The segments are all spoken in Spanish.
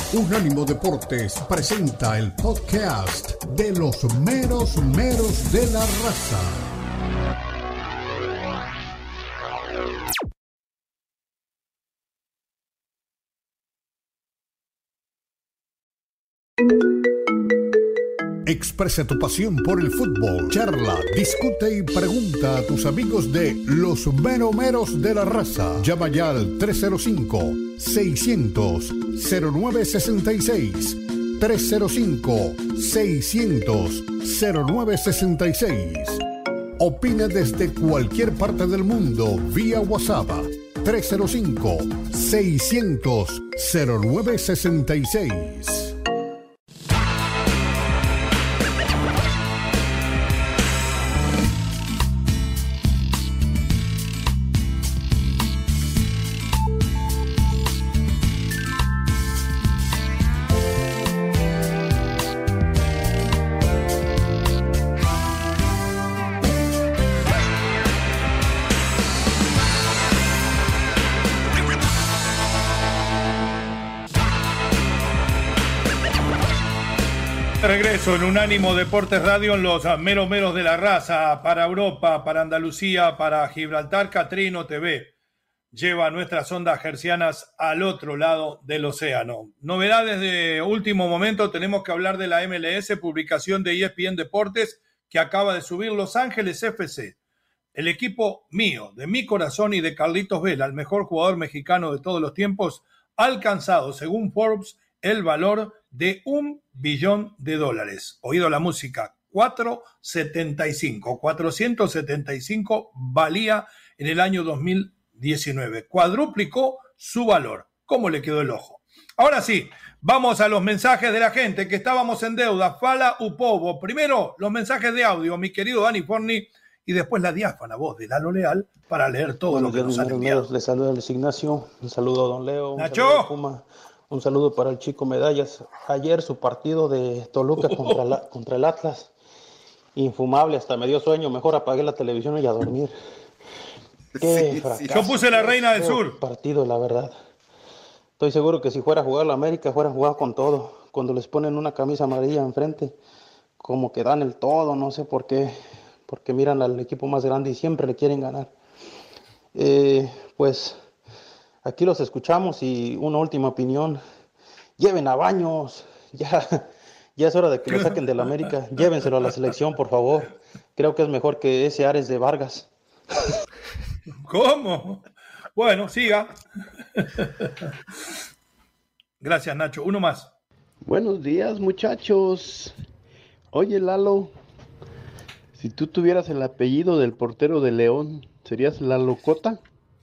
Unánimo Deportes presenta el podcast de los meros meros de la raza. Expresa tu pasión por el fútbol, charla, discute y pregunta a tus amigos de los meromeros de la raza. Llama ya al 305-600-0966. 305-600-0966. Opina desde cualquier parte del mundo vía WhatsApp. 305-600-0966. Regreso en Unánimo Deportes Radio en los meros meros de la raza, para Europa, para Andalucía, para Gibraltar. Catrino TV lleva nuestras ondas hercianas al otro lado del océano. Novedades de último momento, tenemos que hablar de la MLS, publicación de ESPN Deportes que acaba de subir Los Ángeles FC. El equipo mío, de mi corazón y de Carlitos Vela, el mejor jugador mexicano de todos los tiempos, ha alcanzado, según Forbes, el valor de $1 billón. Oído la música, 475 valía en el año 2019. Cuadruplicó su valor. ¿Cómo le quedó el ojo? Ahora sí, vamos a los mensajes de la gente, que estábamos en deuda. Fala Upovo. Primero, los mensajes de audio, mi querido Dani Forni, y después la diáfana voz de Lalo Leal para leer todo lo que nos han enviado. Les saluda Luis Ignacio, un saludo a Don Leo, Nacho. Un saludo para el Chico Medallas. Ayer su partido de Toluca contra el Atlas, infumable, hasta me dio sueño. Mejor apagué la televisión y a dormir. Qué fracaso. Yo puse la Reina del Sur. Partido, la verdad. Estoy seguro que si fuera a jugar la América, fuera a jugar con todo. Cuando les ponen una camisa amarilla enfrente, como que dan el todo, no sé por qué. Porque miran al equipo más grande y siempre le quieren ganar. Pues aquí los escuchamos y una última opinión. Lleven a Baños. Ya es hora de que lo saquen del América. Llévenselo a la selección, por favor. Creo que es mejor que ese Ares de Vargas. ¿Cómo? Bueno, siga. Gracias, Nacho. Uno más. Buenos días, muchachos. Oye, Lalo, si tú tuvieras el apellido del portero de León, ¿serías Lalo Cota?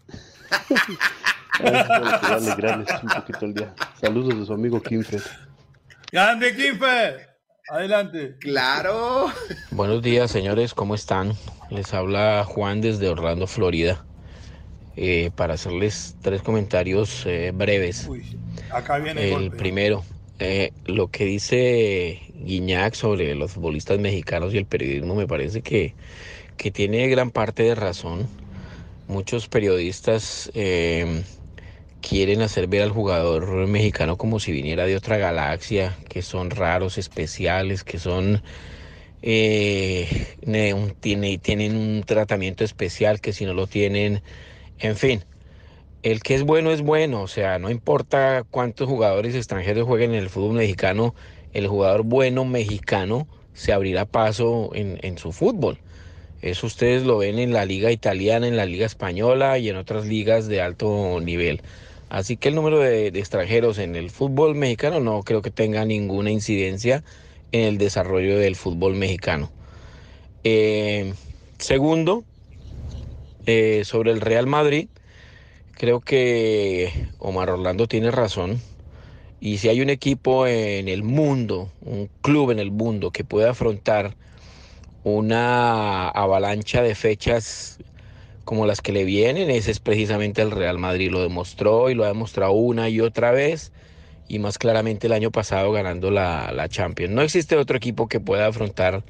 Alegrarles un poquito el día. Saludos de su amigo Kimfer. ¡Grande, Kimfer! Adelante. ¡Claro! Buenos días, señores, ¿cómo están? Les habla Juan desde Orlando, Florida. Para hacerles 3 comentarios breves. Uy, acá viene el golpe. Primero, lo que dice Guiñac sobre los futbolistas mexicanos y el periodismo me parece que tiene gran parte de razón. Muchos periodistas quieren hacer ver al jugador mexicano como si viniera de otra galaxia, que son raros, especiales, que son tienen un tratamiento especial, que si no lo tienen, en fin, el que es bueno, o sea, no importa cuántos jugadores extranjeros jueguen en el fútbol mexicano, el jugador bueno mexicano se abrirá paso en su fútbol. Eso ustedes lo ven en la liga italiana, en la liga española y en otras ligas de alto nivel. Así que el número de extranjeros en el fútbol mexicano no creo que tenga ninguna incidencia en el desarrollo del fútbol mexicano. Segundo, sobre el Real Madrid, creo que Omar Orlando tiene razón. Y si hay un equipo en el mundo, un club en el mundo que pueda afrontar una avalancha de fechas como las que le vienen, ese es precisamente el Real Madrid. Lo demostró y lo ha demostrado una y otra vez, y más claramente el año pasado ganando la Champions. No existe otro equipo que pueda afrontar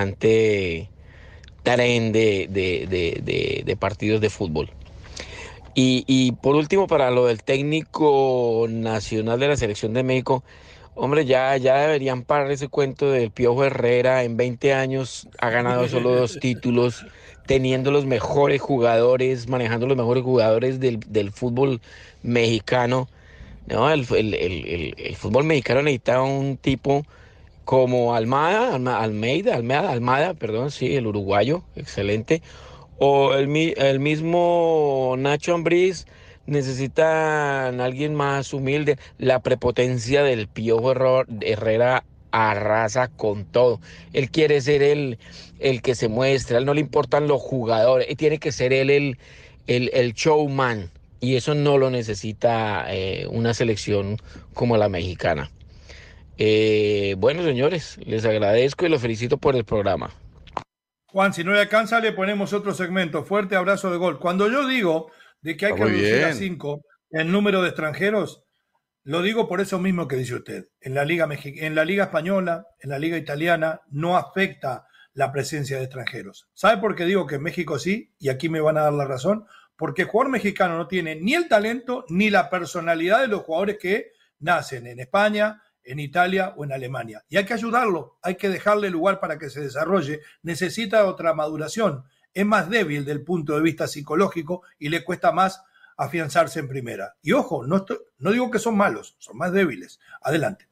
semejante tren de partidos de fútbol. Y por último, para lo del técnico nacional de la selección de México, hombre, ya deberían parar ese cuento del Piojo Herrera. En 20 años ha ganado solo 2 títulos, teniendo los mejores jugadores, manejando los mejores jugadores del fútbol mexicano. No, el fútbol mexicano necesita un tipo como Almada, perdón, sí, el uruguayo, excelente. O el mismo Nacho Ambriz, necesitan alguien más humilde. La prepotencia del Herrera arrasa con todo. Él quiere ser el que se muestra, a él no le importan los jugadores, él tiene que ser él el showman. Y eso no lo necesita una selección como la mexicana. Bueno, señores, les agradezco y los felicito por el programa. Juan, si no le alcanza, le ponemos otro segmento. Fuerte abrazo de gol. Cuando yo digo de que hay que reducir a 5 el número de extranjeros, lo digo por eso mismo que dice usted. En la Liga Española, en la Liga Italiana, no afecta la presencia de extranjeros. ¿Sabe por qué digo que en México sí? Y aquí me van a dar la razón. Porque el jugador mexicano no tiene ni el talento ni la personalidad de los jugadores que nacen en España, en Italia o en Alemania. Y hay que ayudarlo, hay que dejarle lugar para que se desarrolle. Necesita otra maduración. Es más débil del punto de vista psicológico y le cuesta más afianzarse en primera. Y ojo, no digo que son malos, son más débiles. Adelante.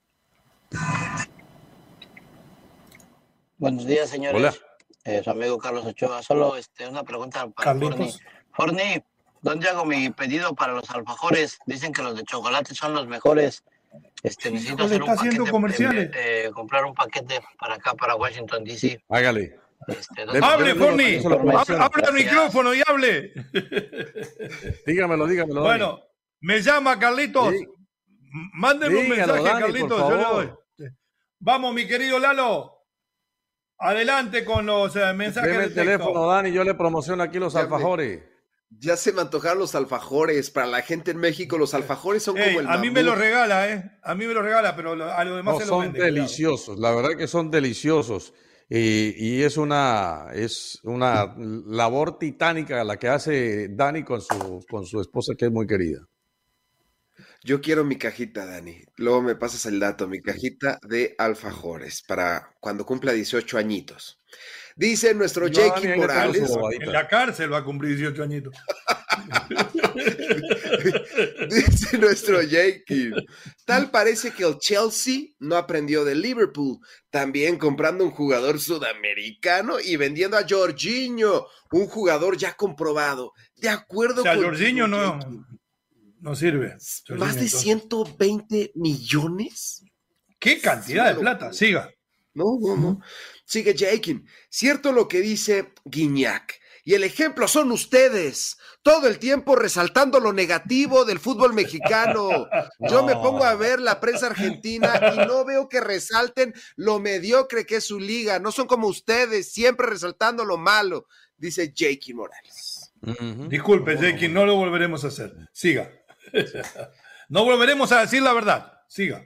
Buenos días, señores. Hola. Su amigo Carlos Ochoa. Solo una pregunta para Forni. Forni, ¿dónde hago mi pedido para los alfajores? Dicen que los de chocolate son los mejores. Necesito hacer un paquete, comprar un paquete para acá, para Washington, D.C. Hágale. ¡Hable, Forni! ¡Hable al micrófono y hable! Dígamelo. Bueno, me llama Carlitos. Sí. Mándeme un mensaje, Dani, Carlitos, yo le doy. Vamos, mi querido Lalo. Adelante con los mensajes. Deme el teléfono, Dani, yo le promociono aquí los alfajores. Ya se me antojaron los alfajores. Para la gente en México, los alfajores son como el a mí me los regala, a mí me los regala, pero a los demás se los vende. Son deliciosos, la verdad que son deliciosos. Y es una labor titánica la que hace Dani con su esposa, que es muy querida. Yo quiero mi cajita, Dani. Luego me pasas el dato, mi cajita de alfajores para cuando cumpla 18 añitos. Dice nuestro Jake Morales. En la cárcel va a cumplir 18 añitos. Dice nuestro Jake. Tal parece que el Chelsea no aprendió de Liverpool. También comprando un jugador sudamericano y vendiendo a Jorginho, un jugador ya comprobado. De acuerdo con Jorginho no sirve. Jorginho, ¿más de 120 millones? ¿Qué cantidad de plata? Siga. No. Sigue Jakin. Cierto lo que dice Guiñac. Y el ejemplo son ustedes. Todo el tiempo resaltando lo negativo del fútbol mexicano. Yo me pongo a ver la prensa argentina y no veo que resalten lo mediocre que es su liga. No son como ustedes, siempre resaltando lo malo, dice Jakin Morales. Disculpe, Jakin, no lo volveremos a hacer. Siga. No volveremos a decir la verdad. Siga.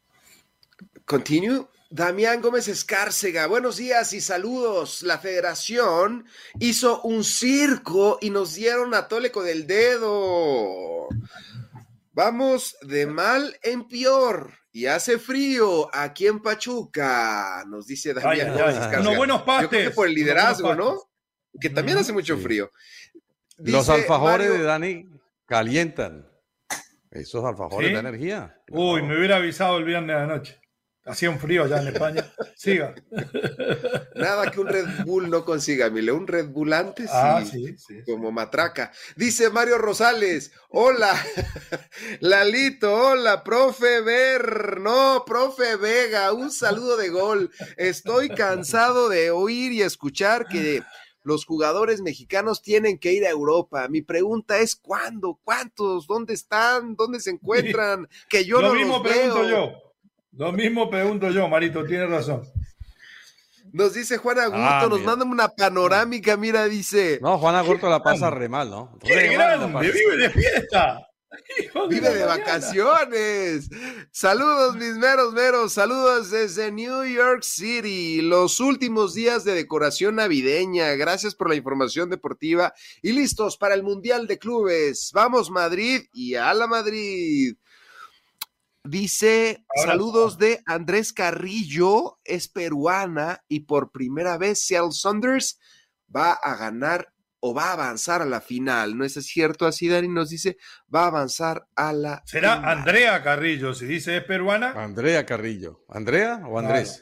Continue. Damián Gómez Escárcega, buenos días y saludos. La federación hizo un circo y nos dieron a tole con el dedo. Vamos de mal en peor y hace frío aquí en Pachuca, nos dice Damián Gómez Escárcega. No, buenos pastes. Yo creo que por el liderazgo, ¿no? Que también hace mucho frío. Dice los alfajores de Dani calientan. Esos alfajores de energía. Uy, me hubiera avisado el viernes de la noche. Hacía un frío allá en España. Siga. Nada que un Red Bull no consiga, Mile. Un Red Bull antes sí, como matraca. Dice Mario Rosales. Hola, Lalito. Hola, profe profe Vega. Un saludo de gol. Estoy cansado de oír y escuchar que los jugadores mexicanos tienen que ir a Europa. Mi pregunta es ¿cuándo? ¿Cuántos? ¿Dónde están? ¿Dónde se encuentran? Que yo no los veo. Lo mismo pregunto yo, Marito, tiene razón. Nos dice Juan Agurto, nos manda una panorámica, mira, dice. No, Juan Agurto la pasa re mal, ¿no? ¡Qué grande! ¡Vive de fiesta! Vive de vacaciones. Saludos, mis meros. Saludos desde New York City. Los últimos días de decoración navideña. Gracias por la información deportiva. Y listos para el Mundial de Clubes. Vamos, Madrid y a la Madrid. Dice, saludos de Andrés Carrillo. Es peruana y por primera vez Seattle Sounders va a ganar o va a avanzar a la final. ¿No es cierto así, Dani? Nos dice, va a avanzar a la ¿Será final. Andrea Carrillo? Si dice es peruana. Andrea Carrillo. ¿Andrea o Andrés?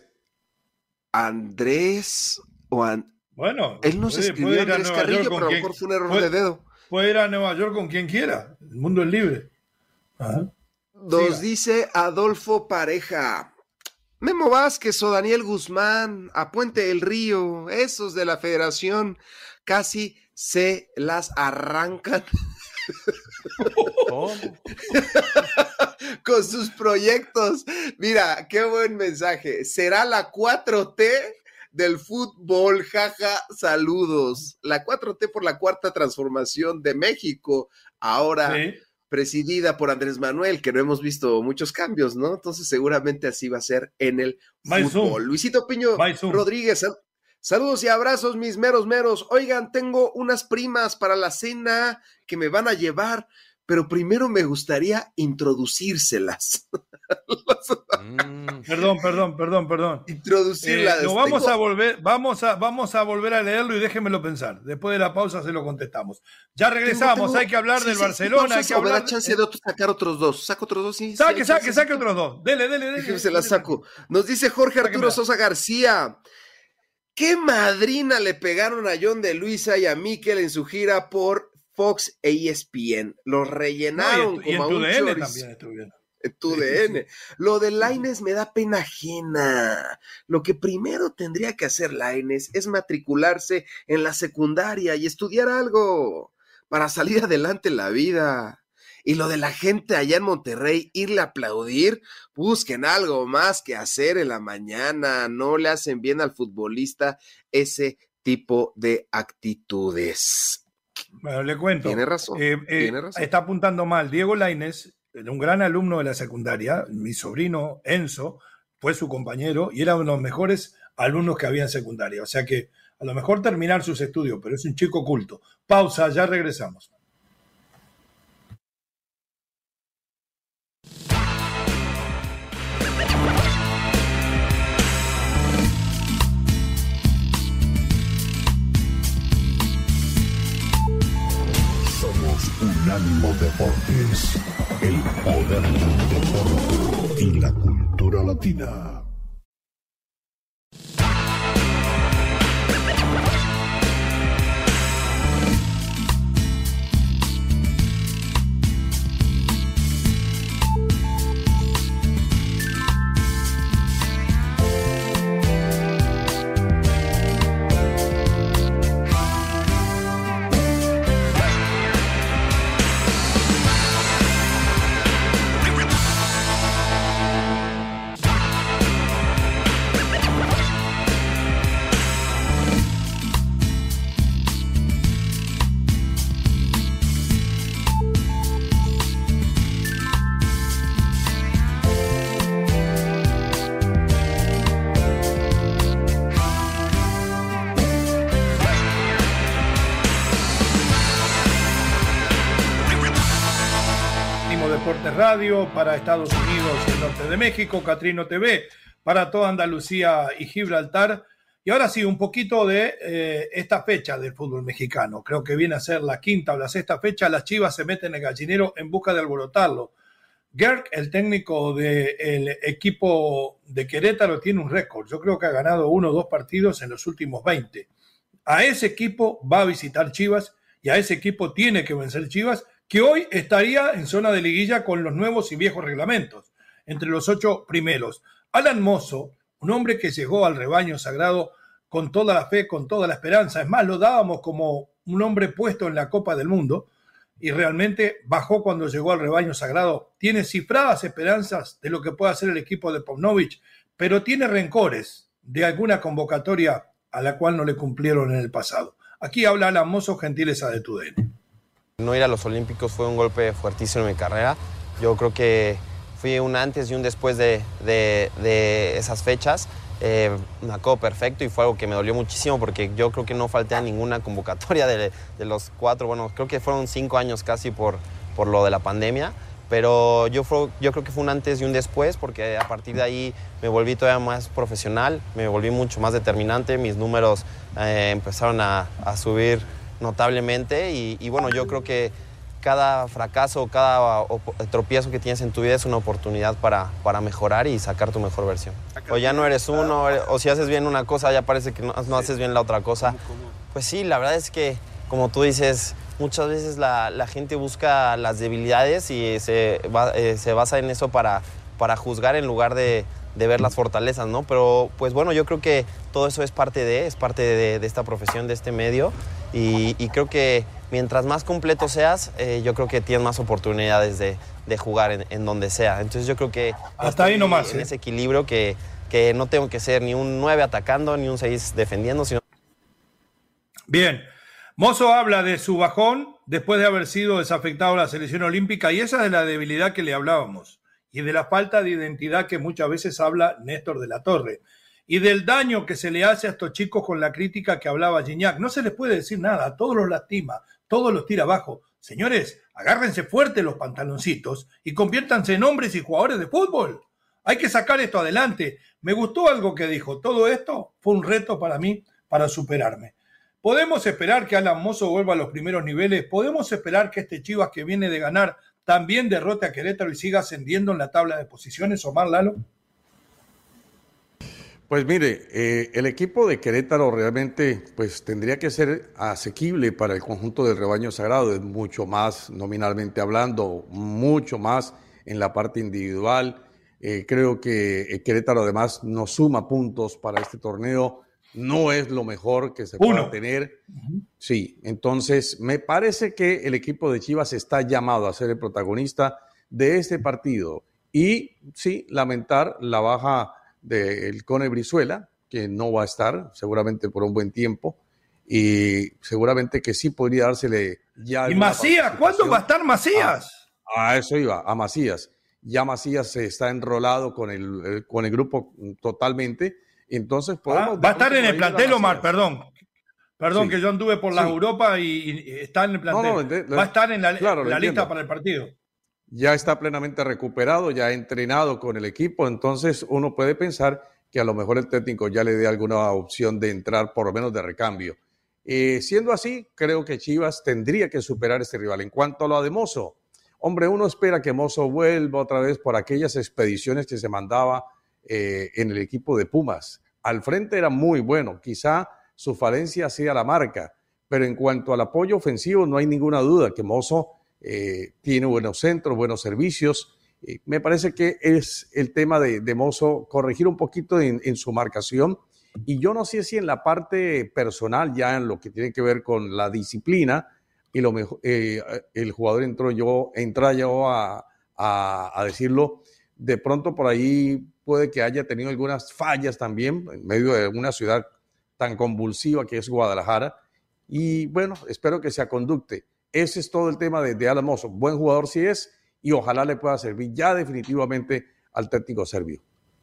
Andrés o Bueno, él nos escribió Andrés Carrillo, pero a lo mejor fue un error de dedo. Puede ir a Nueva York con quien quiera. El mundo es libre. Ajá. Nos dice Adolfo Pareja. Memo Vázquez o Daniel Guzmán, a Puente del Río, esos de la federación casi se las arrancan con sus proyectos. Mira, qué buen mensaje. Será la 4T del fútbol, jaja, saludos. La 4T por la cuarta transformación de México, ahora presidida por Andrés Manuel, que no hemos visto muchos cambios, ¿no? Entonces seguramente así va a ser en el fútbol. Luisito Piño Rodríguez, saludos y abrazos, mis meros. Oigan, tengo unas primas para la cena que me van a llevar, pero primero me gustaría introducírselas. Perdón. Introducirlas. Vamos a volver a leerlo y déjenmelo pensar. Después de la pausa se lo contestamos. Ya regresamos, hay que hablar del Barcelona. Hay que hablar. Me da chance de sacar otros dos. ¿Saco otros dos? Sí. Saque otros dos. Dele. Se la saco. Nos dice Jorge Arturo Sosa García. ¿Qué madrina le pegaron a John de Luisa y a Mikel en su gira por Fox e ESPN? Los rellenaron como a un chorizo. También estuvieron. Tu DN. Lo de Lainez me da pena ajena. Lo que primero tendría que hacer Lainez es matricularse en la secundaria y estudiar algo para salir adelante en la vida. Y lo de la gente allá en Monterrey, irle a aplaudir, busquen algo más que hacer en la mañana. No le hacen bien al futbolista ese tipo de actitudes. Bueno, le cuento. Tiene razón. Está apuntando mal. Diego Lainez, un gran alumno de la secundaria, mi sobrino Enzo fue su compañero y era uno de los mejores alumnos que había en secundaria. O sea que a lo mejor terminar sus estudios, pero es un chico culto. Pausa, ya regresamos. Unánimo Deportes, el poder del deporte y la cultura latina. Radio para Estados Unidos y el norte de México, Catrino TV para toda Andalucía y Gibraltar. Y ahora sí, un poquito de esta fecha del fútbol mexicano. Creo que viene a ser la quinta o la sexta fecha. Las Chivas se meten en el gallinero en busca de alborotarlo. Gerg, el técnico del equipo de Querétaro, tiene un récord. Yo creo que ha ganado 1 o 2 partidos en los últimos 20. A ese equipo va a visitar Chivas y a ese equipo tiene que vencer Chivas, que hoy estaría en zona de liguilla con los nuevos y viejos reglamentos, entre los 8 primeros. Alan Mozo, un hombre que llegó al rebaño sagrado con toda la fe, con toda la esperanza, es más, lo dábamos como un hombre puesto en la Copa del Mundo, y realmente bajó cuando llegó al rebaño sagrado. Tiene cifradas esperanzas de lo que puede hacer el equipo de Paunovic, pero tiene rencores de alguna convocatoria a la cual no le cumplieron en el pasado. Aquí habla Alan Mozo, gentileza de TUDN. No ir a los Olímpicos fue un golpe fuertísimo en mi carrera. Yo creo que fui un antes y un después de esas fechas. Me acuerdo perfecto y fue algo que me dolió muchísimo porque yo creo que no falté a ninguna convocatoria de los 4, bueno, creo que fueron 5 años casi por lo de la pandemia, pero yo creo que fue un antes y un después porque a partir de ahí me volví todavía más profesional, me volví mucho más determinante, mis números empezaron a subir notablemente y bueno, yo creo que cada fracaso, cada tropiezo que tienes en tu vida es una oportunidad para mejorar y sacar tu mejor versión. O ya no eres uno, o si haces bien una cosa, ya parece que no haces bien la otra cosa. Pues sí, la verdad es que, como tú dices, muchas veces la gente busca las debilidades y se basa en eso para juzgar en lugar de ver las fortalezas, ¿no? Pero, pues bueno, yo creo que todo eso es parte de esta profesión, de este medio, y creo que mientras más completo seas, yo creo que tienes más oportunidades de jugar en donde sea. Entonces yo creo que hasta ahí nomás, en ese equilibrio que no tengo que ser ni un 9 atacando, ni un 6 defendiendo, sino... Bien, Mozo habla de su bajón después de haber sido desafectado a la selección olímpica, y esa es la debilidad que le hablábamos, y de la falta de identidad que muchas veces habla Néstor de la Torre, y del daño que se le hace a estos chicos con la crítica que hablaba Gignac. No se les puede decir nada, a todos los lastima, todos los tira abajo. Señores, agárrense fuerte los pantaloncitos y conviértanse en hombres y jugadores de fútbol. Hay que sacar esto adelante. Me gustó algo que dijo. Todo esto fue un reto para mí, para superarme. ¿Podemos esperar que Alan Mozo vuelva a los primeros niveles? ¿Podemos esperar que este Chivas que viene de ganar también derrote a Querétaro y siga ascendiendo en la tabla de posiciones, Omar Lalo? Pues mire, el equipo de Querétaro realmente pues tendría que ser asequible para el conjunto del rebaño sagrado, es mucho más nominalmente hablando, mucho más en la parte individual. Creo que Querétaro además nos suma puntos para este torneo, no es lo mejor que se pueda tener. Sí, entonces me parece que el equipo de Chivas está llamado a ser el protagonista de este partido y sí, lamentar la baja del Cone Brizuela, que no va a estar seguramente por un buen tiempo, y seguramente que sí podría dársele ya... ¿Y Macías? ¿Cuándo va a estar Macías? A eso iba, a Macías. Ya Macías está enrolado con el grupo totalmente, entonces podemos... va a estar en el plantel, Omar, perdón sí. Que yo anduve por la Europa y está en el plantel. Va a estar en la lista para el partido. Ya está plenamente recuperado, ya ha entrenado con el equipo, entonces uno puede pensar que a lo mejor el técnico ya le dé alguna opción de entrar por lo menos de recambio. Siendo así, creo que Chivas tendría que superar a este rival. En cuanto a lo de Mozo, hombre, uno espera que Mozo vuelva otra vez por aquellas expediciones que se mandaba en el equipo de Pumas. Al frente era muy bueno, quizá su falencia sea la marca, pero en cuanto al apoyo ofensivo no hay ninguna duda que Mozo tiene buenos centros, buenos servicios. Me parece que es el tema de Mozo corregir un poquito en su marcación, y yo no sé si en la parte personal, ya en lo que tiene que ver con la disciplina, y lo mejor, el jugador entra yo a decirlo, de pronto por ahí puede que haya tenido algunas fallas también en medio de una ciudad tan convulsiva que es Guadalajara, y bueno, espero que se aconducte. Ese es todo el tema de Alan Mozo. Buen jugador sí es, y ojalá le pueda servir ya definitivamente al técnico serbio.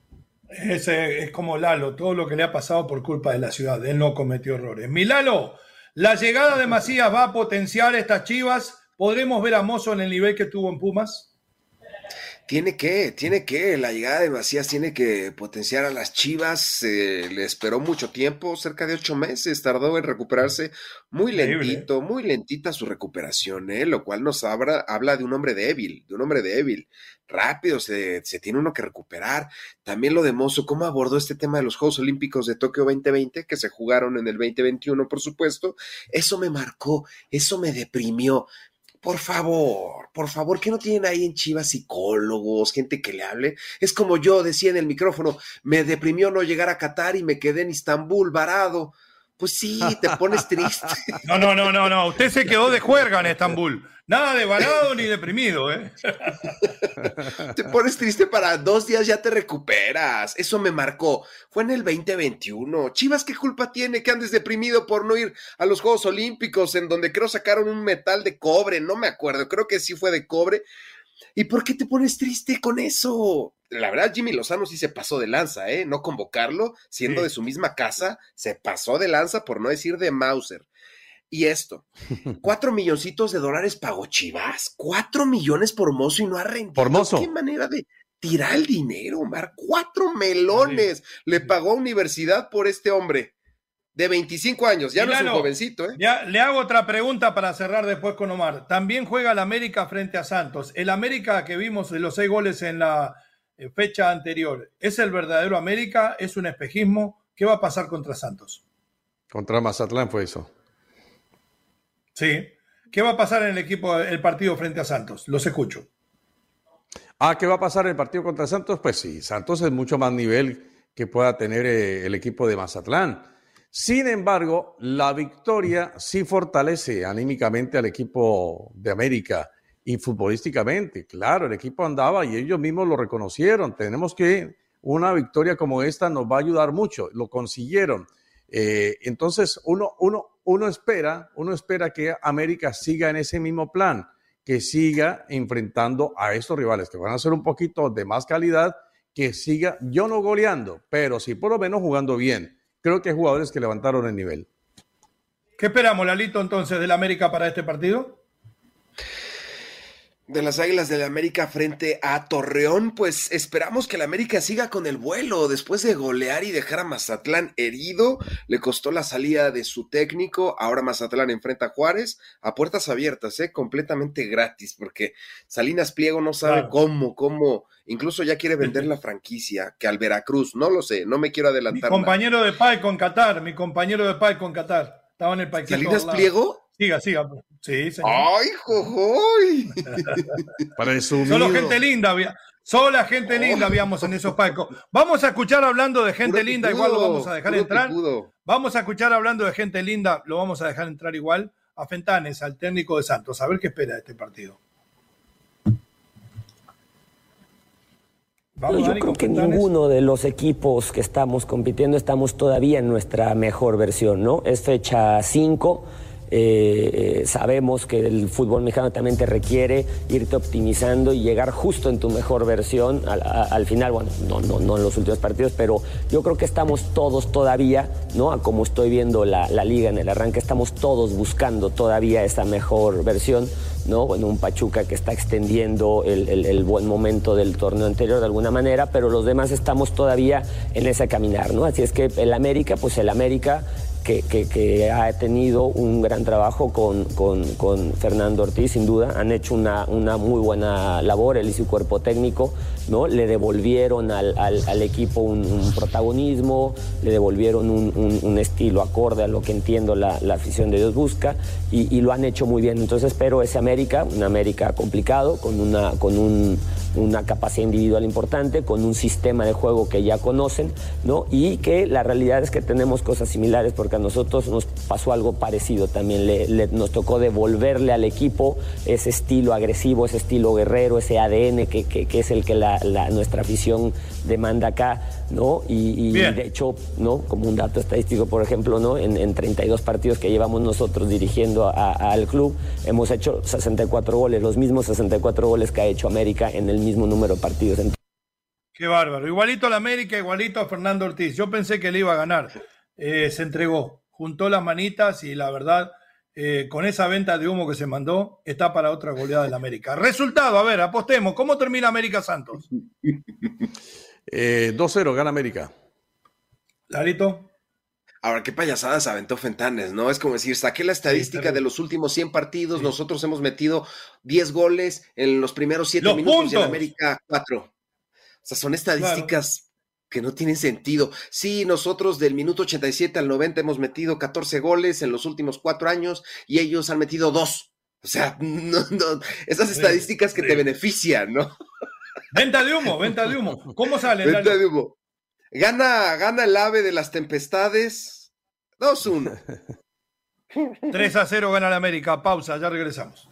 Ese es como Lalo, todo lo que le ha pasado por culpa de la ciudad. Él no cometió errores. Mi Lalo, ¿la llegada de Macías va a potenciar estas Chivas? ¿Podremos ver a Mozo en el nivel que tuvo en Pumas? Tiene que, la llegada de Macías tiene que potenciar a las Chivas. Le esperó mucho tiempo, cerca de 8 meses, tardó en recuperarse, muy lentita su recuperación, lo cual nos habla de un hombre débil, rápido, se tiene uno que recuperar. También lo de Mozo, cómo abordó este tema de los Juegos Olímpicos de Tokio 2020, que se jugaron en el 2021, por supuesto, eso me marcó, eso me deprimió. Por favor, ¿qué no tienen ahí en Chivas psicólogos, gente que le hable? Es como yo decía en el micrófono, me deprimió no llegar a Qatar y me quedé en Istambul varado. Pues sí, te pones triste. No. Usted se quedó de juerga en Estambul. Nada de varado ni deprimido, ¿eh? Te pones triste para 2 días, ya te recuperas. Eso me marcó. Fue en el 2021. Chivas, ¿qué culpa tiene que andes deprimido por no ir a los Juegos Olímpicos, en donde creo sacaron un metal de cobre? No me acuerdo, creo que sí fue de cobre. ¿Y por qué te pones triste con eso? La verdad, Jimmy Lozano sí se pasó de lanza, ¿eh? No convocarlo, siendo de su misma casa, se pasó de lanza, por no decir de Mauser. Y esto, $4 milloncitos pagó Chivas, 4 millones por Mozo y no ha rendido. Por Mozo. ¿Qué manera de tirar el dinero, Omar? 4 melones le pagó a Universidad por este hombre de 25 años, ya Milano, no es un jovencito, ¿eh? Ya, le hago otra pregunta para cerrar después con Omar. También juega el América frente a Santos. El América que vimos de los 6 goles en la fecha anterior, ¿es el verdadero América? ¿Es un espejismo? ¿Qué va a pasar contra Santos? Contra Mazatlán fue eso. Sí. ¿Qué va a pasar en el partido frente a Santos? Los escucho. ¿Qué va a pasar en el partido contra Santos? Pues sí, Santos es mucho más nivel que pueda tener el equipo de Mazatlán. Sin embargo, la victoria sí fortalece anímicamente al equipo de América y futbolísticamente. Claro, el equipo andaba y ellos mismos lo reconocieron. Tenemos que una victoria como esta nos va a ayudar mucho. Lo consiguieron. Entonces, uno espera que América siga en ese mismo plan, que siga enfrentando a estos rivales que van a ser un poquito de más calidad, que siga, yo no goleando, pero sí por lo menos jugando bien. Creo que hay jugadores que levantaron el nivel. ¿Qué esperamos, Lalito, entonces, del América para este partido? De las Águilas del América frente a Torreón, pues esperamos que el América siga con el vuelo. Después de golear y dejar a Mazatlán herido, le costó la salida de su técnico. Ahora Mazatlán enfrenta a Juárez a puertas abiertas, completamente gratis, porque Salinas Pliego no sabe cómo, incluso ya quiere vender la franquicia, que al Veracruz, no lo sé, no me quiero adelantar. Mi compañero de PAI con Qatar, estaba en el Paikito. ¿Salinas Pliego? Siga. Sí, señor. ¡Ay, jojoy! Solo gente linda habíamos en esos palcos. Vamos a escuchar hablando de gente linda, igual lo vamos a dejar entrar. Vamos a escuchar hablando de gente linda, lo vamos a dejar entrar igual a Fentanes, al técnico de Santos, a ver qué espera de este partido. Yo creo que ninguno de los equipos que estamos compitiendo estamos todavía en nuestra mejor versión, ¿no? Es fecha 5. Sabemos que el fútbol mexicano también te requiere irte optimizando y llegar justo en tu mejor versión al final, bueno, no en los últimos partidos, pero yo creo que estamos todos todavía, ¿no? A como estoy viendo la liga en el arranque, estamos todos buscando todavía esa mejor versión, ¿no? Bueno, un Pachuca que está extendiendo el buen momento del torneo anterior de alguna manera, pero los demás estamos todavía en ese caminar, ¿no? Así es que el América que ha tenido un gran trabajo con Fernando Ortiz, sin duda, han hecho una muy buena labor, él y su cuerpo técnico, ¿no? Le devolvieron al equipo un protagonismo, le devolvieron un estilo acorde a lo que entiendo la afición de Dios busca, y lo han hecho muy bien. Entonces espero ese América, un América complicado, con una capacidad individual importante, con un sistema de juego que ya conocen, ¿no? Y que la realidad es que tenemos cosas similares, porque a nosotros nos pasó algo parecido también. Nos tocó devolverle al equipo ese estilo agresivo, ese estilo guerrero, ese ADN que es el que nuestra afición demanda acá, ¿no? Y de hecho, ¿no? Como un dato estadístico, por ejemplo, ¿no? En 32 partidos que llevamos nosotros dirigiendo al club, hemos hecho 64 goles, los mismos 64 goles que ha hecho América en el mismo número de partidos. Qué bárbaro. Igualito al América, igualito a Fernando Ortiz. Yo pensé que le iba a ganar. Se entregó, juntó las manitas y la verdad, con esa venta de humo que se mandó, está para otra goleada del América. Resultado, a ver, apostemos. ¿Cómo termina América Santos? 2-0, gana América. Larito. Ahora, qué payasadas aventó Fentanes, ¿no? Es como decir, saqué la estadística de los últimos 100 partidos, nosotros hemos metido 10 goles en los primeros 7 minutos puntos. Y en América 4. O sea, son estadísticas que no tienen sentido. Sí, nosotros del minuto 87 al 90 hemos metido 14 goles en los últimos 4 años y ellos han metido 2. O sea, no, esas estadísticas que te benefician, ¿no? Venta de humo. ¿Cómo sale? Venta de humo. Gana el ave de las tempestades. 2-1. 3-0 gana el América. Pausa, ya regresamos.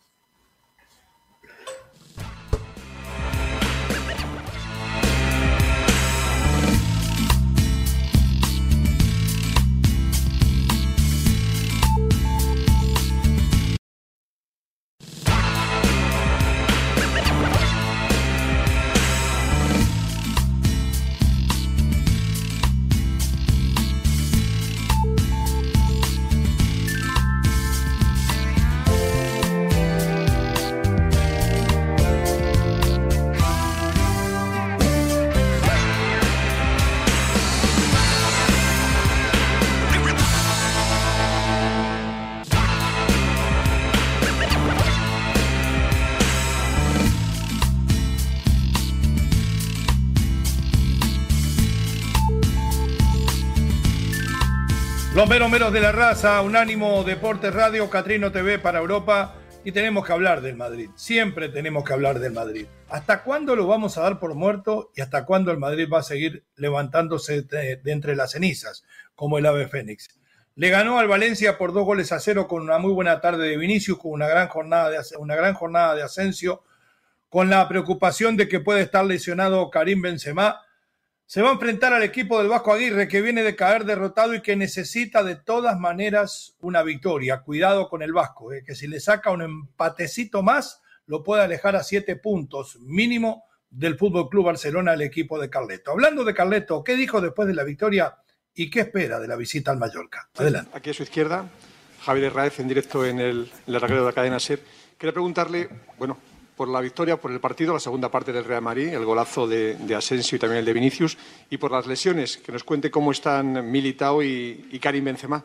Los meros de la raza, Unánimo Deportes Radio, Catrino TV para Europa, y tenemos que hablar del Madrid. Siempre tenemos que hablar del Madrid. ¿Hasta cuándo lo vamos a dar por muerto y hasta cuándo el Madrid va a seguir levantándose de entre las cenizas, como el ave fénix? Le ganó al Valencia por 2-0 con una muy buena tarde de Vinicius, con una gran jornada de Asensio, con la preocupación de que puede estar lesionado Karim Benzema. Se va a enfrentar al equipo del Vasco Aguirre, que viene de caer derrotado y que necesita de todas maneras una victoria. Cuidado con el Vasco, que si le saca un empatecito más, lo puede alejar a 7 puntos mínimo del FC Barcelona, el equipo de Carleto. Hablando de Carleto, ¿qué dijo después de la victoria y qué espera de la visita al Mallorca? Adelante. Aquí a su izquierda, Javier Herráez, en directo en el reguero de la cadena SER. Quería preguntarle, por la victoria, por el partido, la segunda parte del Real Madrid, el golazo de Asensio y también el de Vinicius, y por las lesiones, que nos cuente cómo están Militao y Karim Benzema.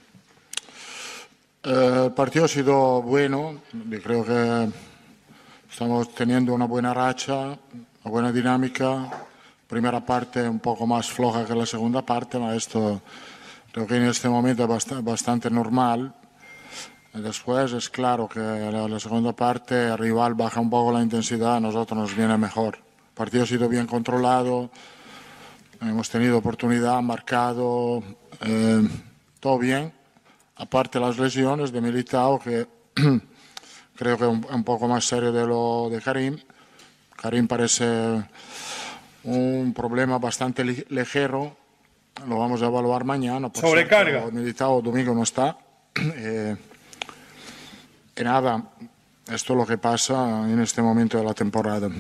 El partido ha sido bueno, yo creo que estamos teniendo una buena racha, una buena dinámica. Primera parte un poco más floja que la segunda parte, pero esto creo que en este momento es bastante normal. Después es claro que la segunda parte el rival baja un poco la intensidad, a nosotros nos viene mejor. El partido ha sido bien controlado, hemos tenido oportunidad, marcado, todo bien. Aparte las lesiones de Militao, que creo que es un poco más serio de lo de Karim. Karim parece un problema bastante ligero, lo vamos a evaluar mañana. Sobrecarga. Militao domingo no está. Y nada, esto es lo que pasa en este momento de la temporada.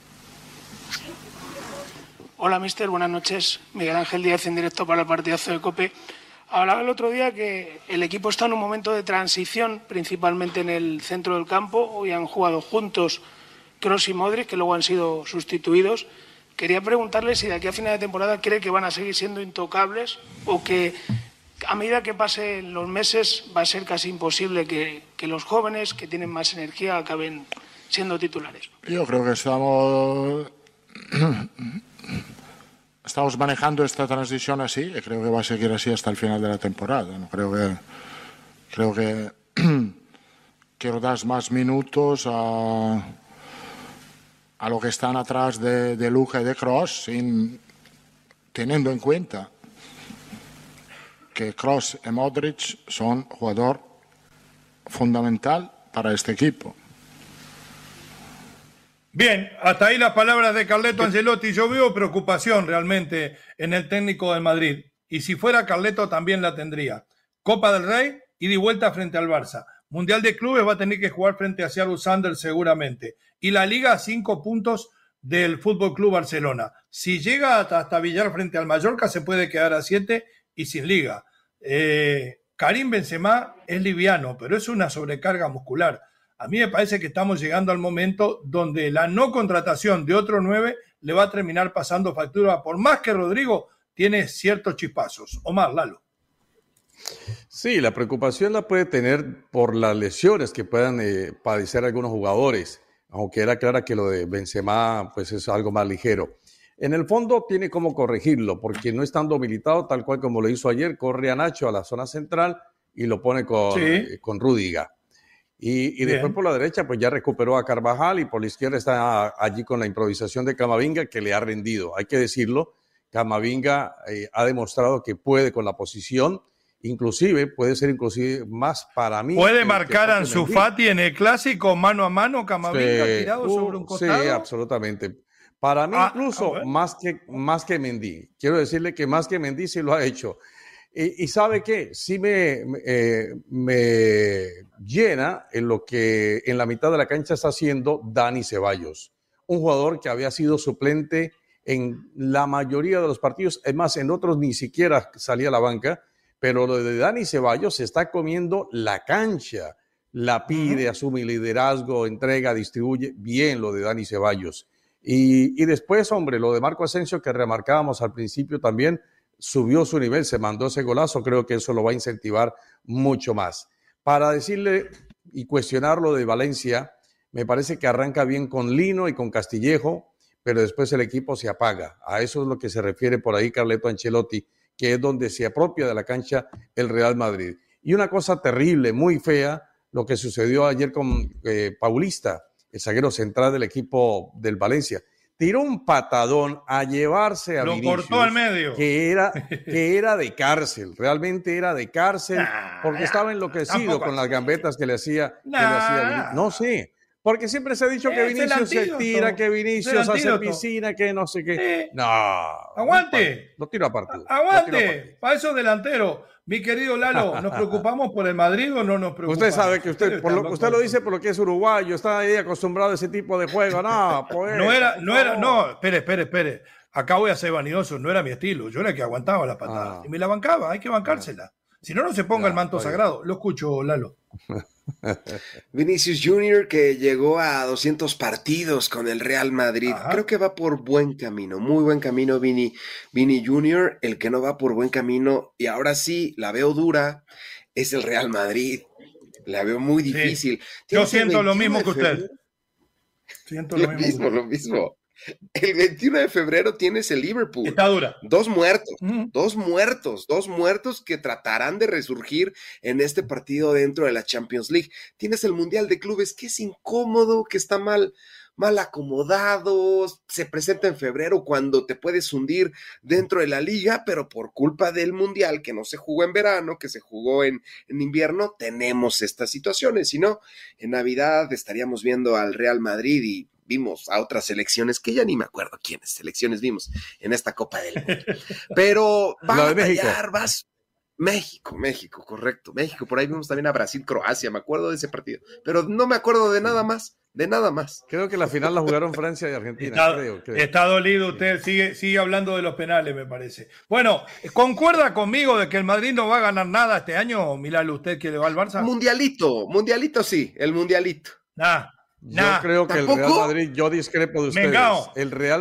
Hola, mister, buenas noches. Miguel Ángel Díaz en directo para el partidazo de COPE. Hablaba el otro día que el equipo está en un momento de transición, principalmente en el centro del campo. Hoy han jugado juntos Kroos y Modric, que luego han sido sustituidos. Quería preguntarle si de aquí a final de temporada cree que van a seguir siendo intocables o que a medida que pasen los meses va a ser casi imposible que los jóvenes que tienen más energía acaben siendo titulares. Yo creo que estamos manejando esta transición así y creo que va a seguir así hasta el final de la temporada. ¿No? Creo que quiero dar más minutos a lo que están atrás de Luka y de Kroos, teniendo en cuenta que Kroos y Modric son jugador fundamental para este equipo. Bien, hasta ahí las palabras de Carleto Ancelotti. Yo veo preocupación realmente en el técnico del Madrid. Y si fuera Carleto también la tendría. Copa del Rey, ida y vuelta frente al Barça. Mundial de Clubes va a tener que jugar frente a Seattle Sounders seguramente. Y la Liga a 5 puntos del FC Barcelona. Si llega hasta Villar frente al Mallorca, se puede quedar a 7 y sin Liga. Karim Benzema es liviano, pero es una sobrecarga muscular. A mí me parece que estamos llegando al momento donde la no contratación de otro 9 le va a terminar pasando factura, por más que Rodrigo tiene ciertos chispazos. Omar, Lalo. Sí, la preocupación la puede tener por las lesiones que puedan padecer algunos jugadores, aunque era clara que lo de Benzema pues es algo más ligero. En el fondo tiene cómo corregirlo, porque no estando habilitado, tal cual como lo hizo ayer, corre a Nacho a la zona central y lo pone con Rüdiger. Y después por la derecha pues ya recuperó a Carvajal y por la izquierda está allí con la improvisación de Camavinga, que le ha rendido. Hay que decirlo, Camavinga ha demostrado que puede con la posición inclusive puede ser más para mí. ¿Puede marcar a Ansu Fati en el clásico mano a mano, Camavinga tirado sobre un costado? Sí, absolutamente. Para mí incluso más que Mendy. Quiero decirle que más que Mendy sí lo ha hecho. Y ¿sabe qué? Sí me llena en lo que en la mitad de la cancha está haciendo Dani Ceballos, un jugador que había sido suplente en la mayoría de los partidos, es más, en otros ni siquiera salía a la banca, pero lo de Dani Ceballos se está comiendo la cancha, la pide, asume liderazgo, entrega, distribuye bien lo de Dani Ceballos. Y después, hombre, lo de Marco Asensio que remarcábamos al principio también, subió su nivel, se mandó ese golazo, creo que eso lo va a incentivar mucho más. Para decirle y cuestionar lo de Valencia, me parece que arranca bien con Lino y con Castillejo, pero después el equipo se apaga. A eso es lo que se refiere por ahí Carleto Ancelotti, que es donde se apropia de la cancha el Real Madrid. Y una cosa terrible, muy fea, lo que sucedió ayer con Paulista, el zaguero central del equipo del Valencia. Tiró un patadón a llevarse a Vinicius. Lo cortó al medio. Que era de cárcel, realmente era de cárcel, porque estaba enloquecido con las gambetas que le hacía Vinicius. No sé. Porque siempre se ha dicho que Vinicius se tira, que Vinicius hace piscina, que no sé qué. No. ¡Aguante! Lo tiro aparte. ¡Aguante! Para eso delantero. Mi querido Lalo, ¿nos preocupamos por el Madrid o no nos preocupamos? Usted sabe que usted lo dice por lo que es uruguayo, está ahí acostumbrado a ese tipo de juego. No, pues. Espere. Acá voy a ser vanidoso, no era mi estilo. Yo era el que aguantaba la patada. Y me la bancaba, hay que bancársela. Si no, no se ponga el manto sagrado. Lo escucho, Lalo. Vinicius Junior, que llegó a 200 partidos con el Real Madrid. Ajá. Creo que va por buen camino, muy buen camino Vini Junior. El que no va por buen camino, y ahora sí la veo dura, es el Real Madrid. La veo muy difícil. Sí. Yo siento lo mismo que usted. Siento lo mismo. El 21 de febrero tienes el Liverpool. Está dura. Dos muertos que tratarán de resurgir en este partido dentro de la Champions League. Tienes el Mundial de Clubes, que es incómodo, que está mal acomodado, se presenta en febrero cuando te puedes hundir dentro de la liga, pero por culpa del Mundial, que no se jugó en verano, que se jugó en invierno, tenemos estas situaciones. Si no, en Navidad estaríamos viendo al Real Madrid y vimos a otras selecciones que ya ni me acuerdo quiénes selecciones vimos en esta Copa del Mundo. Pero va a batallar, México, correcto. México, por ahí vimos también a Brasil, Croacia, me acuerdo de ese partido. Pero no me acuerdo de nada más. Creo que la final la jugaron Francia y Argentina. Creo. Está dolido usted, sigue hablando de los penales, me parece. Bueno, ¿concuerda conmigo de que el Madrid no va a ganar nada este año, Milalo, usted que le va al Barça? Mundialito sí, el Mundialito. Yo creo que ¿tampoco? El Real Madrid, yo discrepo de ustedes. El Real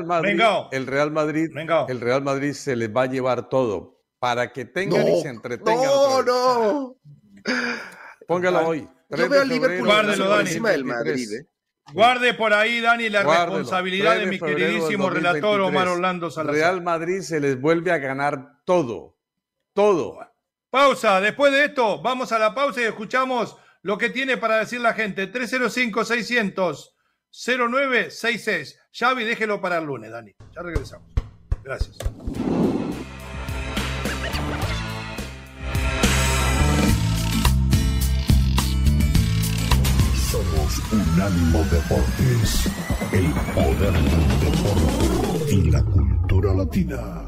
Madrid se les va a llevar todo para que tengan y se entretengan. No. Póngalo hoy. Yo veo a Liverpool por encima del Madrid. Guarde por ahí, Dani, la responsabilidad de mi queridísimo relator Omar Orlando Salazar. Real Madrid se les vuelve a ganar todo. Pausa. Después de esto, vamos a la pausa y escuchamos lo que tiene para decir la gente. 305-600-0966. Xavi, déjelo para el lunes, Dani. Ya regresamos. Gracias. Somos Unánimo Deportes. El poder del deporte y la cultura latina.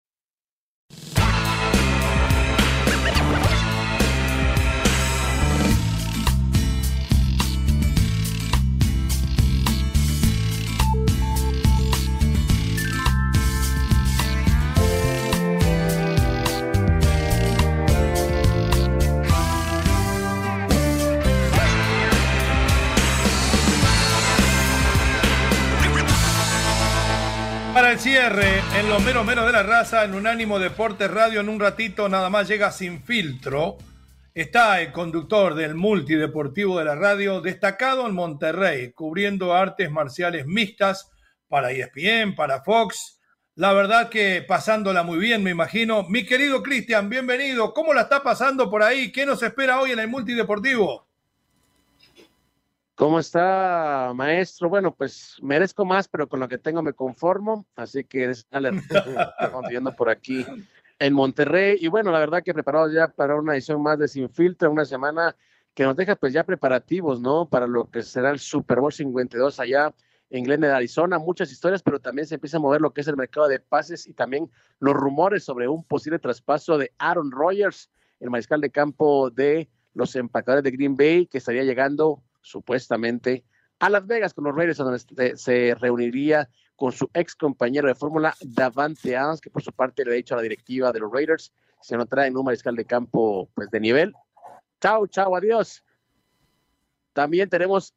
Para el cierre, en los meros de la raza, en Unánimo Deportes Radio, en un ratito nada más llega Sin Filtro. Está el conductor del multideportivo de la radio, destacado en Monterrey, cubriendo artes marciales mixtas para ESPN, para Fox. La verdad que pasándola muy bien, me imagino. Mi querido Cristian, bienvenido. ¿Cómo la está pasando por ahí? ¿Qué nos espera hoy en el multideportivo? ¿Cómo está, maestro? Bueno, pues merezco más, pero con lo que tengo me conformo, así que estamos viendo por aquí en Monterrey, y bueno, la verdad que preparados ya para una edición más de Sin Filtro, una semana que nos deja pues ya preparativos, ¿no? Para lo que será el Super Bowl 52 allá en Glendale, Arizona, muchas historias, pero también se empieza a mover lo que es el mercado de pases y también los rumores sobre un posible traspaso de Aaron Rodgers, el mariscal de campo de los empacadores de Green Bay, que estaría llegando supuestamente a Las Vegas con los Raiders, donde se reuniría con su ex compañero de fórmula, Davante Adams, que por su parte le ha dicho a la directiva de los Raiders, se no traen un mariscal de campo pues de nivel. Chao, adiós. También tenemos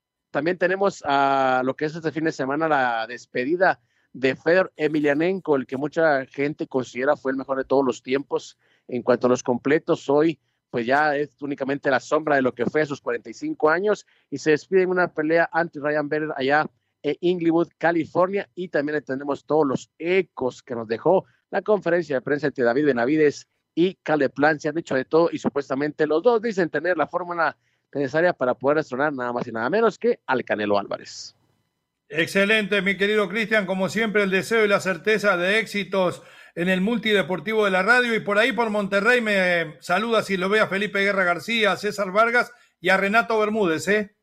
a lo que es este fin de semana la despedida de Fedor Emelianenko, el que mucha gente considera fue el mejor de todos los tiempos en cuanto a los completos. Hoy pues ya es únicamente la sombra de lo que fue a sus 45 años y se despide en una pelea ante Ryan Bader allá en Inglewood, California, y también tenemos todos los ecos que nos dejó la conferencia de prensa entre David Benavides y Caleb Plant. Se han dicho de todo y supuestamente los dos dicen tener la fórmula necesaria para poder destronar nada más y nada menos que al Canelo Álvarez. Excelente, mi querido Cristian, como siempre el deseo y la certeza de éxitos en el multideportivo de la radio, y por ahí por Monterrey me saluda si lo ve a Felipe Guerra García, a César Vargas y a Renato Bermúdez, ¿eh?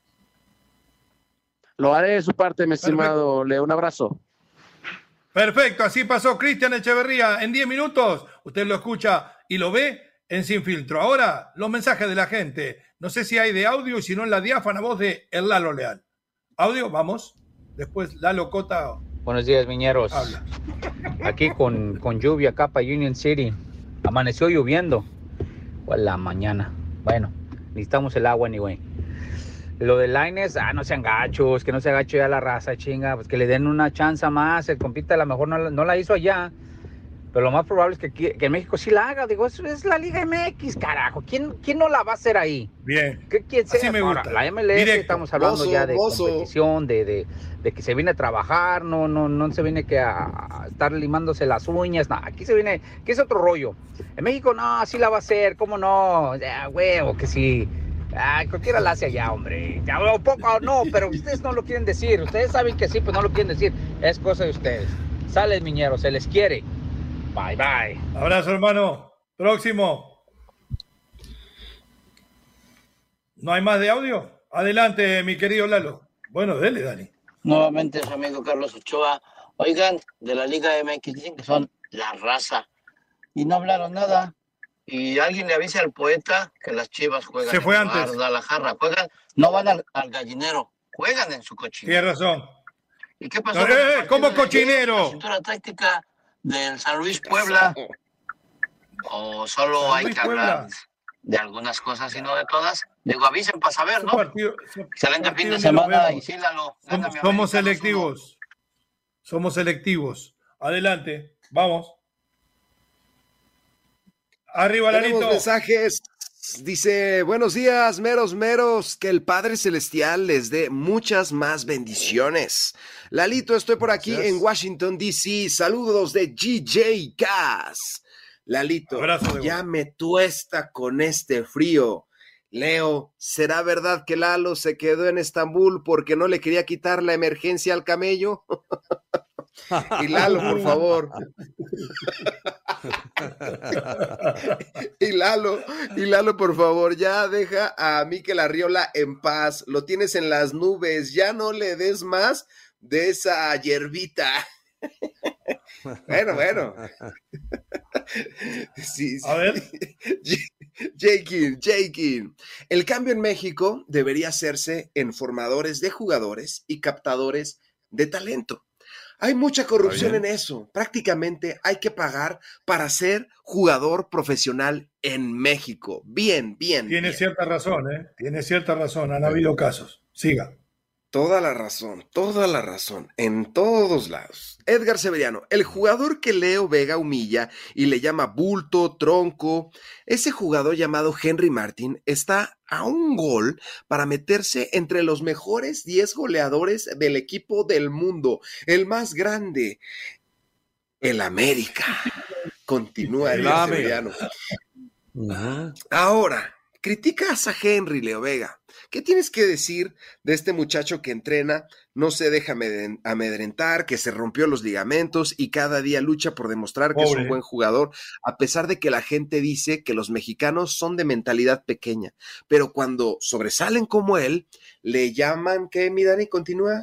Lo haré de su parte, mi estimado Leo, un abrazo. Perfecto, así pasó Cristian Echeverría en 10 minutos, usted lo escucha y lo ve en Sin Filtro. Ahora, los mensajes de la gente, no sé si hay de audio y si no en la diáfana voz de el Lalo Leal. Audio, vamos, después Lalo Cota. Buenos días, miñeros. Habla. Aquí con lluvia acá para Union City. Amaneció lloviendo. O en la mañana. Bueno, necesitamos el agua anyway. Lo de Lainez, no sean gachos, que no se agache ya la raza, chinga, pues que le den una chance más. El compita a lo mejor no la hizo allá, pero lo más probable es que en México sí la haga. Digo, eso es la Liga MX, carajo. ¿Quién no la va a hacer ahí? Bien. ¿Quién sea? Así me gusta. Ahora, la MLS, directo. estamos hablando ya de competición, de que se viene a trabajar, no se viene que a estar limándose las uñas, no, aquí se viene, que es otro rollo. En México, no, sí la va a hacer, ¿cómo no? Ya, huevo, que sí. Cualquiera la hace allá, hombre. Ya, poco, no, pero ustedes no lo quieren decir. Ustedes saben que sí, pero no lo quieren decir. Es cosa de ustedes. Sales, miñeros, se les quiere. Bye, bye. Abrazo, hermano. Próximo. ¿No hay más de audio? Adelante, mi querido Lalo. Bueno, dele, Dani. Nuevamente su amigo Carlos Ochoa. Oigan, de la Liga MX dicen que son la raza. Y no hablaron nada. Y alguien le avisa al poeta que las Chivas juegan se fue en antes. Guadalajara, juegan, no van al gallinero, juegan en su cochinero. Tienes razón. ¿Y qué pasó? ¿Cómo cochinero? La cintura táctica del San Luis Puebla. ¿O solo hay que hablar de algunas cosas y no de todas? Digo, avisen para saber, ¿no? Excelente fin de semana y sílalo. Somos selectivos. Somos selectivos. Adelante, vamos. Arriba, Lalito. Tenemos mensajes. Dice, buenos días, meros, que el Padre Celestial les dé muchas más bendiciones. Lalito, estoy por aquí en Washington, D.C. Saludos de GJ Gas. Lalito, ya me tuesta con este frío. Leo, ¿será verdad que Lalo se quedó en Estambul porque no le quería quitar la emergencia al camello? Y Lalo, por favor. Y Lalo, por favor, ya deja a Mikel Arriola en paz. Lo tienes en las nubes. Ya no le des más de esa hierbita. Bueno. Sí. A ver. Jakin. El cambio en México debería hacerse en formadores de jugadores y captadores de talento. Hay mucha corrupción en eso. Prácticamente hay que pagar para ser jugador profesional en México. Bien. Tiene cierta razón, ¿eh? Tiene cierta razón. Han habido casos. Siga. Toda la razón. En todos lados. Edgar Severiano, el jugador que Leo Vega humilla y le llama bulto, tronco, ese jugador llamado Henry Martin está a un gol para meterse entre los mejores 10 goleadores del equipo del mundo, el más grande, el América. Continúa Edgar Severiano. Ahora, criticas a Henry, Leo Vega. ¿Qué tienes que decir de este muchacho que entrena, no se deja amedrentar, que se rompió los ligamentos y cada día lucha por demostrar que es un buen jugador, a pesar de que la gente dice que los mexicanos son de mentalidad pequeña? Pero cuando sobresalen como él, le llaman, ¿qué, mi Dani? ¿Continúa?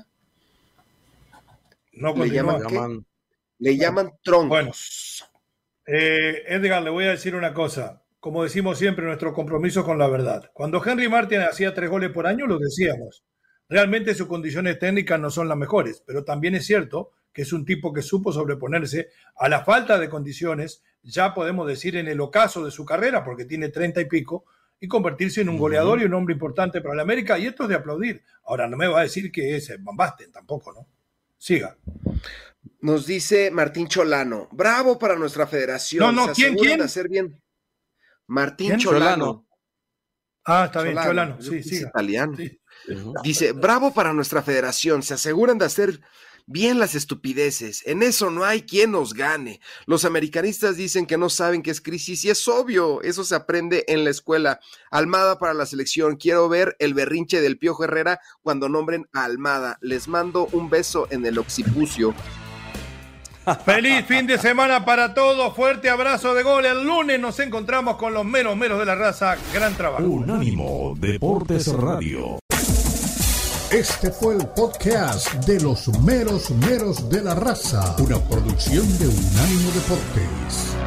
No continúa. Le llaman troncos. Bueno, Edgar, le voy a decir una cosa. Como decimos siempre, nuestro compromiso con la verdad. Cuando Henry Martin hacía 3 goles por año, lo decíamos. Realmente sus condiciones técnicas no son las mejores, pero también es cierto que es un tipo que supo sobreponerse a la falta de condiciones, ya podemos decir en el ocaso de su carrera, porque tiene 30 y pico, y convertirse en un goleador y un hombre importante para la América, y esto es de aplaudir. Ahora, no me va a decir que es Van Basten tampoco, ¿no? Siga. Nos dice Martín Cholano, bravo para nuestra federación. No, ¿quién? De hacer bien. Martín ¿Quién? Cholano. Ah, está bien, Cholano. Sí, es italiano. Sí. Dice, bravo para nuestra federación, se aseguran de hacer bien las estupideces, en eso no hay quien nos gane. Los americanistas dicen que no saben qué es crisis y es obvio, eso se aprende en la escuela. Almada para la selección, quiero ver el berrinche del Piojo Herrera cuando nombren a Almada. Les mando un beso en el occipucio. Feliz fin de semana para todos, fuerte abrazo de gol. El lunes nos encontramos con los meros de la raza. Gran trabajo. Unánimo Deportes Radio. Este fue el podcast de los meros de la raza, una producción de Unánimo Deportes.